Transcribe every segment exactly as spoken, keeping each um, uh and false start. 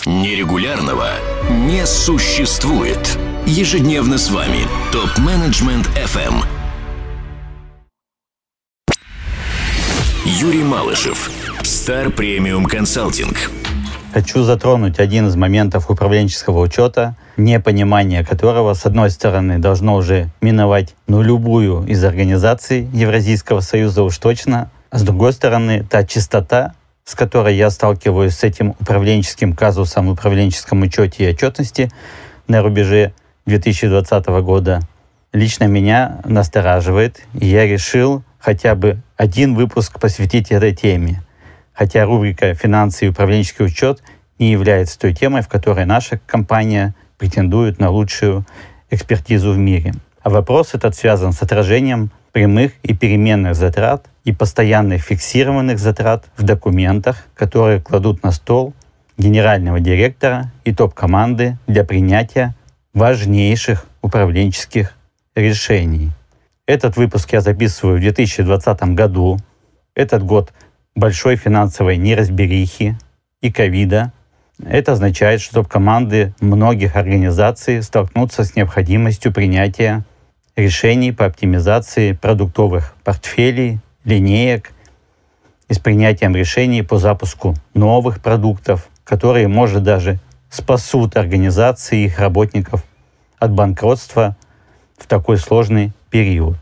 Нерегулярного не существует. Ежедневно с вами ТОП-менеджмент эф эм. Юрий Малышев, Star Premium Consulting. Хочу затронуть один из моментов управленческого учета, непонимание которого, с одной стороны, должно уже миновать ну, любую из организаций Евразийского союза уж точно, а с другой стороны, та чистота, с которой я сталкиваюсь с этим управленческим казусом в управленческом учете и отчетности на рубеже две тысячи двадцатого года, лично меня настораживает, и я решил хотя бы один выпуск посвятить этой теме. Хотя рубрика «Финансы и управленческий учет» не является той темой, в которой наша компания претендует на лучшую экспертизу в мире. А вопрос этот связан с отражением прямых и переменных затрат и постоянных фиксированных затрат в документах, которые кладут на стол генерального директора и топ-команды для принятия важнейших управленческих решений. Этот выпуск я записываю в две тысячи двадцатом году. Этот год большой финансовой неразберихи и ковида. Это означает, что топ-команды многих организаций столкнутся с необходимостью принятия решений по оптимизации продуктовых портфелей, линеек и с принятием решений по запуску новых продуктов, которые, может, даже спасут организации и их работников от банкротства в такой сложный период.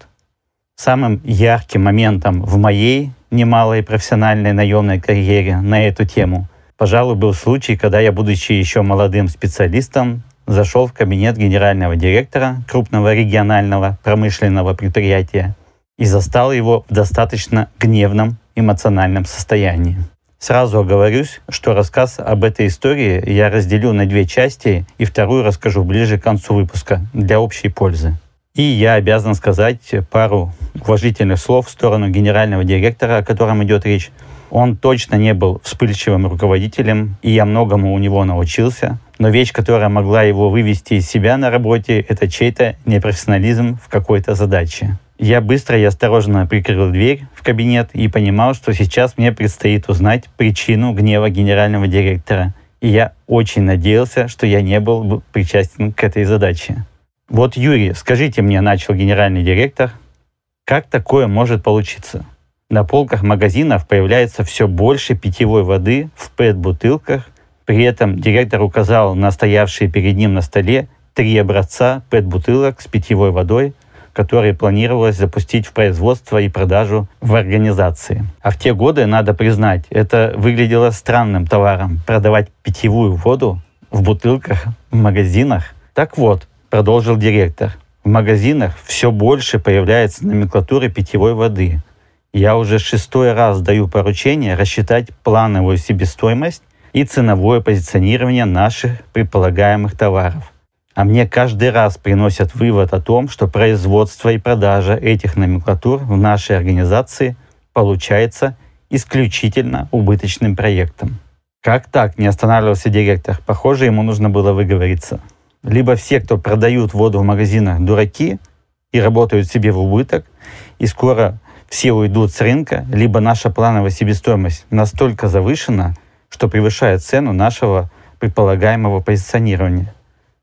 Самым ярким моментом в моей немалой профессиональной наемной карьере на эту тему, пожалуй, был случай, когда я, будучи еще молодым специалистом, зашел в кабинет генерального директора крупного регионального промышленного предприятия и застал его в достаточно гневном эмоциональном состоянии. Сразу оговорюсь, что рассказ об этой истории я разделю на две части и вторую расскажу ближе к концу выпуска для общей пользы. И я обязан сказать пару уважительных слов в сторону генерального директора, о котором идет речь. Он точно не был вспыльчивым руководителем, и я многому у него научился. Но вещь, которая могла его вывести из себя на работе, это чей-то непрофессионализм в какой-то задаче. Я быстро и осторожно прикрыл дверь в кабинет и понимал, что сейчас мне предстоит узнать причину гнева генерального директора. И я очень надеялся, что я не был причастен к этой задаче. Вот, Юрий, скажите мне, начал генеральный директор, как такое может получиться? На полках магазинов появляется все больше питьевой воды в пэт-бутылках. При этом директор указал на стоявшие перед ним на столе три образца пэт-бутылок с питьевой водой, которые планировалось запустить в производство и продажу в организации. А в те годы, надо признать, это выглядело странным товаром — продавать питьевую воду в бутылках в магазинах. Так вот, продолжил директор, в магазинах все больше появляется номенклатуры питьевой воды. Я уже шестой раз даю поручение рассчитать плановую себестоимость и ценовое позиционирование наших предполагаемых товаров. А мне каждый раз приносят вывод о том, что производство и продажа этих номенклатур в нашей организации получается исключительно убыточным проектом. Как так, не останавливался директор? Похоже, ему нужно было выговориться. Либо все, кто продают воду в магазинах, дураки и работают себе в убыток, и скоро все уйдут с рынка, либо наша плановая себестоимость настолько завышена, что превышает цену нашего предполагаемого позиционирования.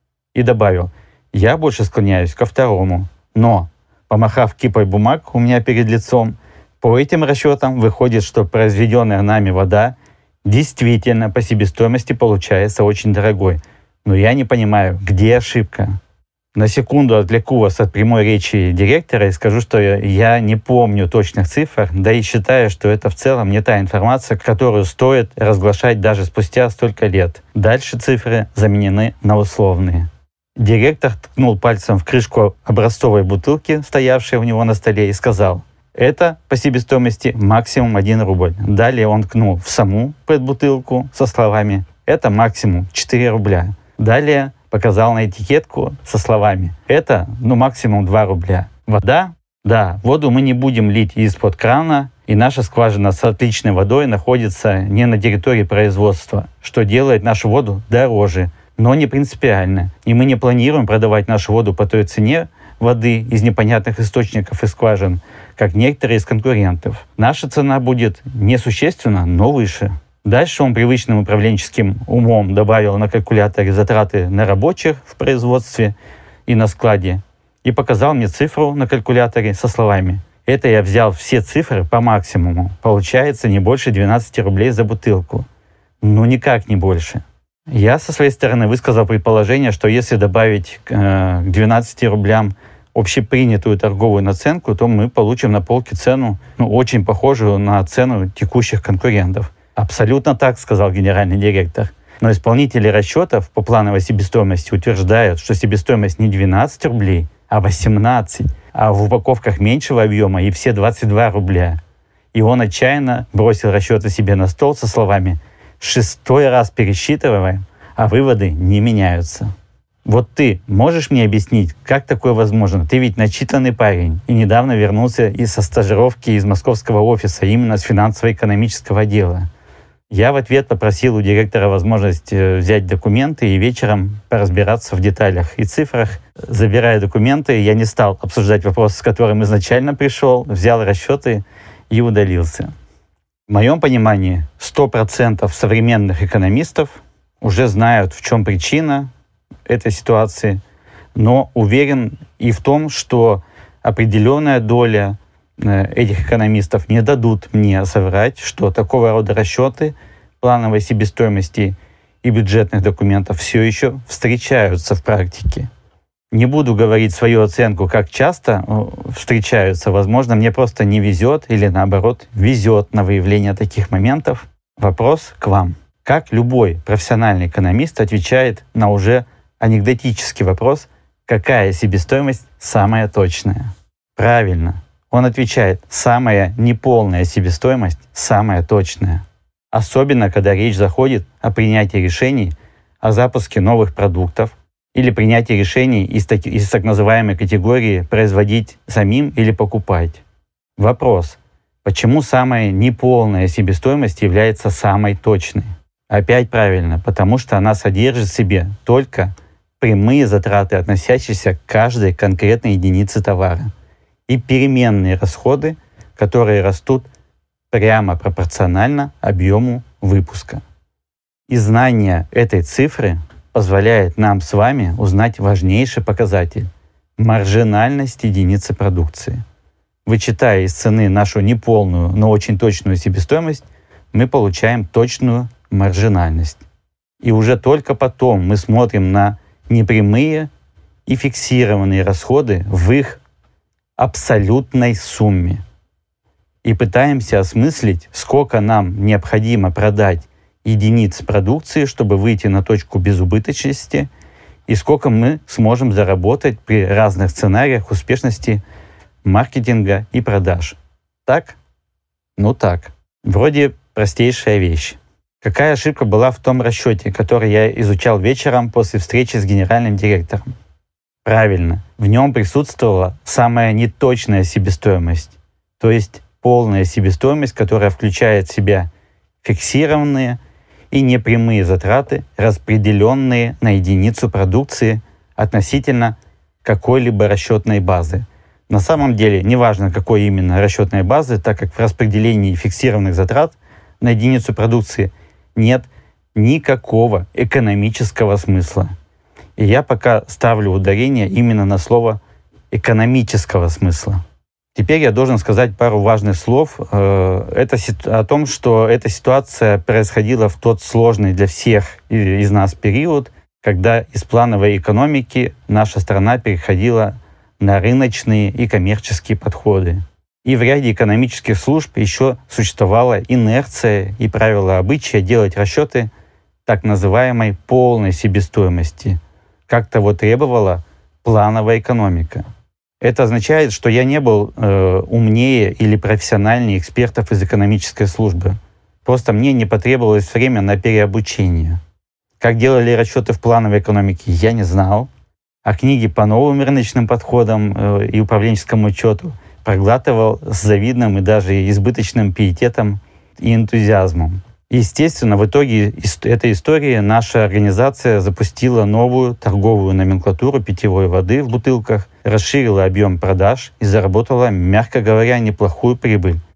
И добавил, я больше склоняюсь ко второму. Но, помахав кипой бумаг у меня перед лицом, по этим расчетам выходит, что произведенная нами вода действительно по себестоимости получается очень дорогой. Но я не понимаю, где ошибка. На секунду отвлеку вас от прямой речи директора и скажу, что я не помню точных цифр, да и считаю, что это в целом не та информация, которую стоит разглашать даже спустя столько лет. Дальше цифры заменены на условные. Директор ткнул пальцем в крышку образцовой бутылки, стоявшей у него на столе, и сказал, это по себестоимости максимум один рубль. Далее он ткнул в саму пэт-бутылку со словами, это максимум четыре рубля. Далее показал на этикетку со словами «это, ну, максимум два рубля». Вода? Да, воду мы не будем лить из-под крана, и наша скважина с отличной водой находится не на территории производства, что делает нашу воду дороже, но не принципиально. И мы не планируем продавать нашу воду по той цене воды из непонятных источников и скважин, как некоторые из конкурентов. Наша цена будет несущественно, но выше. Дальше он привычным управленческим умом добавил на калькуляторе затраты на рабочих в производстве и на складе и показал мне цифру на калькуляторе со словами: «Это я взял все цифры по максимуму. Получается не больше двенадцати рублей за бутылку». Ну, никак не больше. Я со своей стороны высказал предположение, что если добавить э, к двенадцати рублям общепринятую торговую наценку, то мы получим на полке цену, ну, очень похожую на цену текущих конкурентов. Абсолютно так, сказал генеральный директор. Но исполнители расчетов по плановой себестоимости утверждают, что себестоимость не двенадцать рублей, а восемнадцать, а в упаковках меньшего объема и все двадцать два рубля. И он отчаянно бросил расчеты себе на стол со словами: «Шестой раз пересчитываем, а выводы не меняются». Вот ты можешь мне объяснить, как такое возможно? Ты ведь начитанный парень и недавно вернулся из со стажировки из московского офиса, именно с финансово-экономического отдела. Я в ответ попросил у директора возможность взять документы и вечером поразбираться в деталях и цифрах. Забирая документы, я не стал обсуждать вопрос, с которым изначально пришел, взял расчеты и удалился. В моем понимании, сто процентов современных экономистов уже знают, в чем причина этой ситуации, но уверен и в том, что определенная доля этих экономистов не дадут мне соврать, что такого рода расчеты плановой себестоимости и бюджетных документов все еще встречаются в практике. Не буду говорить свою оценку, как часто встречаются. Возможно, мне просто не везет или, наоборот, везет на выявление таких моментов. Вопрос к вам. Как любой профессиональный экономист отвечает на уже анекдотический вопрос, какая себестоимость самая точная? Правильно. Он отвечает: самая неполная себестоимость самая точная. Особенно, когда речь заходит о принятии решений о запуске новых продуктов или принятии решений из, таки, из так называемой категории «производить самим или покупать». Вопрос: почему самая неполная себестоимость является самой точной? Опять правильно, потому что она содержит в себе только прямые затраты, относящиеся к каждой конкретной единице товара, и переменные расходы, которые растут прямо пропорционально объему выпуска. И знание этой цифры позволяет нам с вами узнать важнейший показатель — маржинальность единицы продукции. Вычитая из цены нашу неполную, но очень точную себестоимость, мы получаем точную маржинальность. И уже только потом мы смотрим на непрямые и фиксированные расходы в их абсолютной сумме и пытаемся осмыслить, сколько нам необходимо продать единиц продукции, чтобы выйти на точку безубыточности, и сколько мы сможем заработать при разных сценариях успешности маркетинга и продаж. Так? Ну так. Вроде простейшая вещь. Какая ошибка была в том расчете, который я изучал вечером после встречи с генеральным директором? Правильно, в нем присутствовала самая неточная себестоимость, то есть полная себестоимость, которая включает в себя фиксированные и непрямые затраты, распределенные на единицу продукции относительно какой-либо расчетной базы. На самом деле, неважно, какой именно расчетной базы, так как в распределении фиксированных затрат на единицу продукции нет никакого экономического смысла. И я пока ставлю ударение именно на слово «экономического смысла». Теперь я должен сказать пару важных слов. Это о том, что эта ситуация происходила в тот сложный для всех из нас период, когда из плановой экономики наша страна переходила на рыночные и коммерческие подходы. И в ряде экономических служб еще существовала инерция и правила обычая делать расчеты так называемой полной себестоимости, как того требовала плановая экономика. Это означает, что я не был э, умнее или профессиональнее экспертов из экономической службы. Просто мне не потребовалось время на переобучение. Как делали расчеты в плановой экономике, я не знал. А книги по новым рыночным подходам э, и управленческому учету проглатывал с завидным и даже избыточным пиететом и энтузиазмом. Естественно, в итоге этой истории наша организация запустила новую торговую номенклатуру питьевой воды в бутылках, расширила объем продаж и заработала, мягко говоря, неплохую прибыль.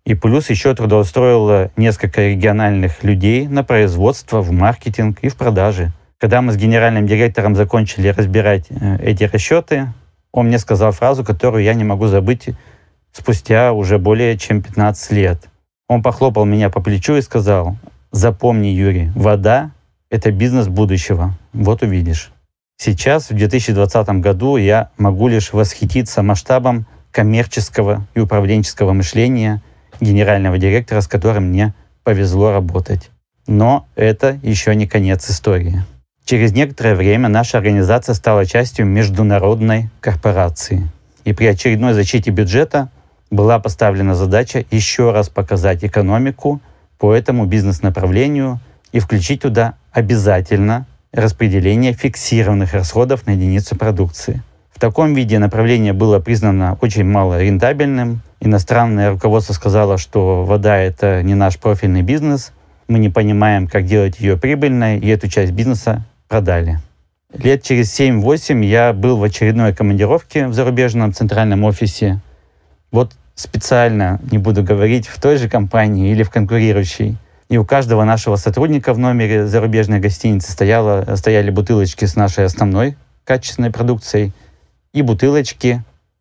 И плюс еще трудоустроила несколько региональных людей на производство, в маркетинг и в продажи. Когда мы с генеральным директором закончили разбирать эти расчеты, он мне сказал фразу, которую я не могу забыть спустя уже более чем пятнадцать лет. Он похлопал меня по плечу и сказал: «Запомни, Юрий, вода — это бизнес будущего. Вот увидишь». Сейчас, в две тысячи двадцатом году, я могу лишь восхититься масштабом коммерческого и управленческого мышления генерального директора, с которым мне повезло работать. Но это еще не конец истории. Через некоторое время наша организация стала частью международной корпорации. И при очередной защите бюджета была поставлена задача еще раз показать экономику по этому бизнес-направлению и включить туда обязательно распределение фиксированных расходов на единицу продукции. В таком виде направление было признано очень мало рентабельным. Иностранное руководство сказало, что вода — это не наш профильный бизнес, мы не понимаем, как делать ее прибыльной, и эту часть бизнеса продали. Лет через семь-восемь я был в очередной командировке в зарубежном центральном офисе. Вот специально, не буду говорить, в той же компании или в конкурирующей. И у каждого нашего сотрудника в номере зарубежной гостиницы стояло, стояли бутылочки с нашей основной качественной продукцией и бутылочки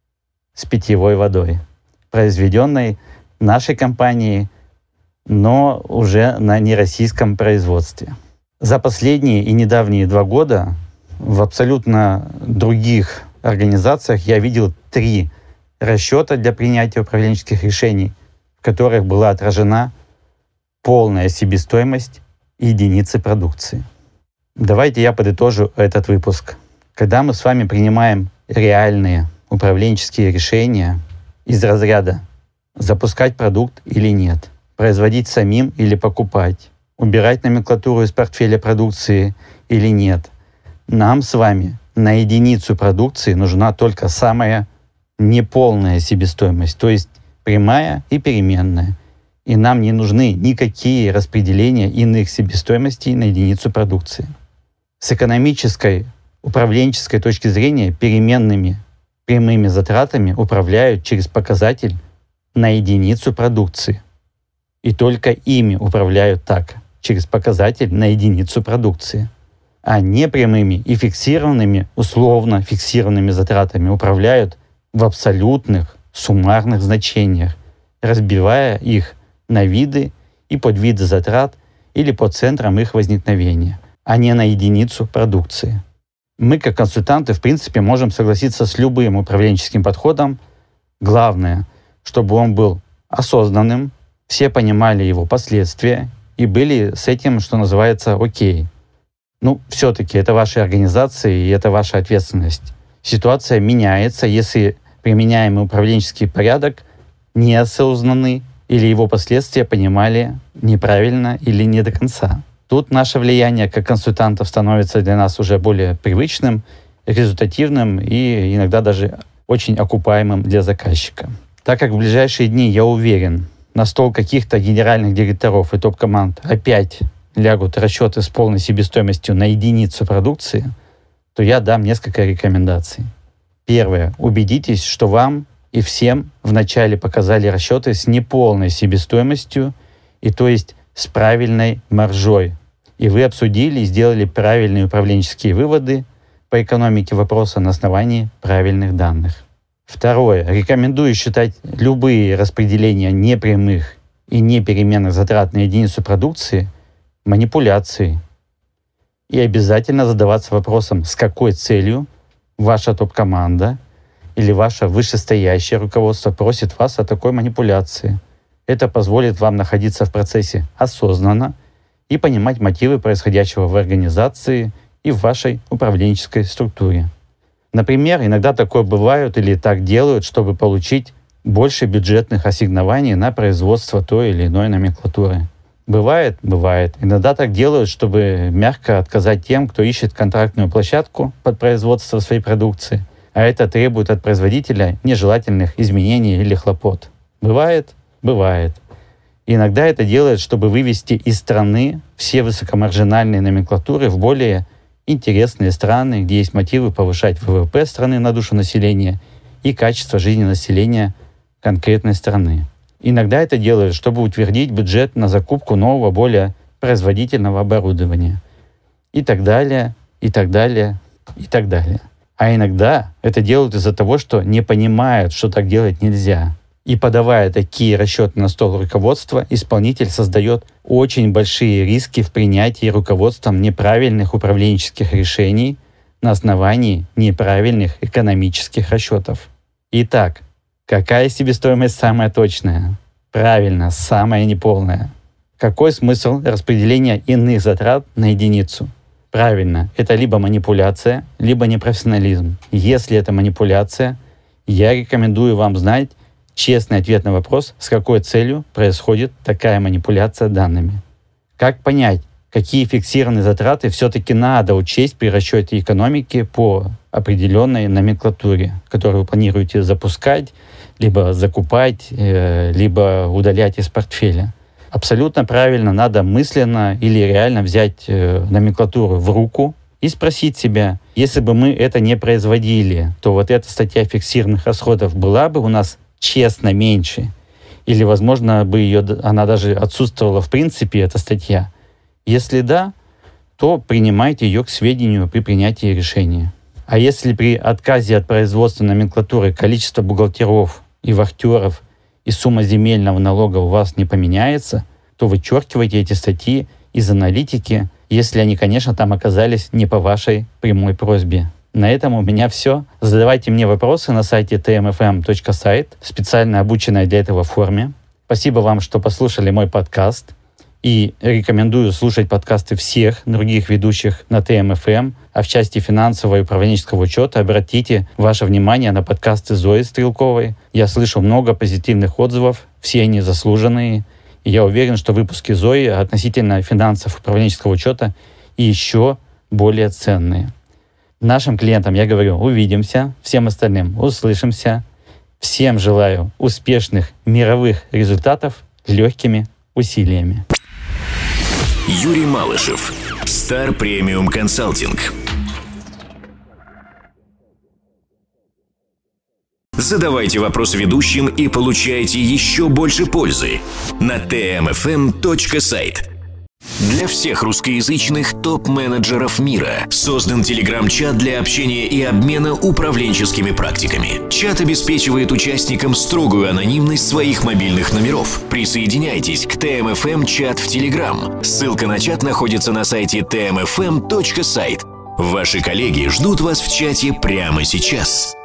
с питьевой водой, произведенной нашей компанией, но уже на нероссийском производстве. За последние и недавние два года в абсолютно других организациях я видел три расчета для принятия управленческих решений, в которых была отражена полная себестоимость единицы продукции. Давайте я подытожу этот выпуск. Когда мы с вами принимаем реальные управленческие решения из разряда запускать продукт или нет, производить самим или покупать, убирать номенклатуру из портфеля продукции или нет, нам с вами на единицу продукции нужна только самая неполная себестоимость, то есть прямая и переменная. И нам не нужны никакие распределения иных себестоимостей на единицу продукции. С экономической, управленческой точки зрения переменными прямыми затратами управляют через показатель на единицу продукции. И только ими управляют так, через показатель на единицу продукции. А непрямыми и фиксированными, условно фиксированными затратами управляют в абсолютных суммарных значениях, разбивая их на виды и подвиды затрат или по центрам их возникновения, а не на единицу продукции. Мы, как консультанты, в принципе, можем согласиться с любым управленческим подходом. Главное, чтобы он был осознанным, все понимали его последствия и были с этим, что называется, окей. Ну, все-таки это ваша организация и это ваша ответственность. Ситуация меняется, если применяемый управленческий порядок неосознанный или его последствия понимали неправильно или не до конца. Тут наше влияние как консультантов становится для нас уже более привычным, результативным и иногда даже очень окупаемым для заказчика. Так как в ближайшие дни, я уверен, на стол каких-то генеральных директоров и топ-команд опять лягут расчеты с полной себестоимостью на единицу продукции, то я дам несколько рекомендаций. Первое. Убедитесь, что вам и всем вначале показали расчеты с неполной себестоимостью, и то есть с правильной маржой. И вы обсудили и сделали правильные управленческие выводы по экономике вопроса на основании правильных данных. Второе. Рекомендую считать любые распределения непрямых и непеременных затрат на единицу продукции манипуляцией. И обязательно задаваться вопросом, с какой целью ваша топ-команда или ваше вышестоящее руководство просит вас о такой манипуляции. Это позволит вам находиться в процессе осознанно и понимать мотивы происходящего в организации и в вашей управленческой структуре. Например, иногда такое бывает или так делают, чтобы получить больше бюджетных ассигнований на производство той или иной номенклатуры. Бывает? Бывает. Иногда так делают, чтобы мягко отказать тем, кто ищет контрактную площадку под производство своей продукции, а это требует от производителя нежелательных изменений или хлопот. Бывает? Бывает. И иногда это делают, чтобы вывести из страны все высокомаржинальные номенклатуры в более интересные страны, где есть мотивы повышать ВВП страны на душу населения и качество жизни населения конкретной страны. Иногда это делают, чтобы утвердить бюджет на закупку нового, более производительного оборудования. И так далее, и так далее, и так далее. А иногда это делают из-за того, что не понимают, что так делать нельзя. И подавая такие расчеты на стол руководства, исполнитель создает очень большие риски в принятии руководством неправильных управленческих решений на основании неправильных экономических расчетов. Итак, какая себестоимость самая точная? Правильно, самая неполная. Какой смысл распределения иных затрат на единицу? Правильно, это либо манипуляция, либо непрофессионализм. Если это манипуляция, я рекомендую вам знать честный ответ на вопрос, с какой целью происходит такая манипуляция данными. Как понять, какие фиксированные затраты все-таки надо учесть при расчете экономики по определенной номенклатуре, которую вы планируете запускать, либо закупать, либо удалять из портфеля. Абсолютно правильно, надо мысленно или реально взять номенклатуру в руку и спросить себя, если бы мы это не производили, то вот эта статья фиксированных расходов была бы у нас честно меньше, или, возможно, бы ее, она даже отсутствовала в принципе, эта статья. Если да, то принимайте ее к сведению при принятии решения. А если при отказе от производства номенклатуры количество бухгалтеров и вахтеров и сумма земельного налога у вас не поменяется, то вычеркивайте эти статьи из аналитики, если они, конечно, там оказались не по вашей прямой просьбе. На этом у меня все. Задавайте мне вопросы на сайте ти эм эф эм точка сайт, специально обученной для этого форме. Спасибо вам, что послушали мой подкаст. И рекомендую слушать подкасты всех других ведущих на ти эм эф эм. А в части финансового и управленческого учета обратите ваше внимание на подкасты Зои Стрелковой. Я слышу много позитивных отзывов, все они заслуженные. И я уверен, что выпуски Зои относительно финансов и управленческого учета и еще более ценные. Нашим клиентам я говорю, увидимся, всем остальным услышимся. Всем желаю успешных мировых результатов легкими усилиями. Юрий Малышев, Star Premium Consulting. Задавайте вопросы ведущим и получайте еще больше пользы на ти эм эф эм точка сайт. Для всех русскоязычных топ-менеджеров мира создан телеграм-чат для общения и обмена управленческими практиками. Чат обеспечивает участникам строгую анонимность своих мобильных номеров. Присоединяйтесь к ти эм эф эм чат в Телеграм. Ссылка на чат находится на сайте ти эм эф эм точка сайт. Ваши коллеги ждут вас в чате прямо сейчас.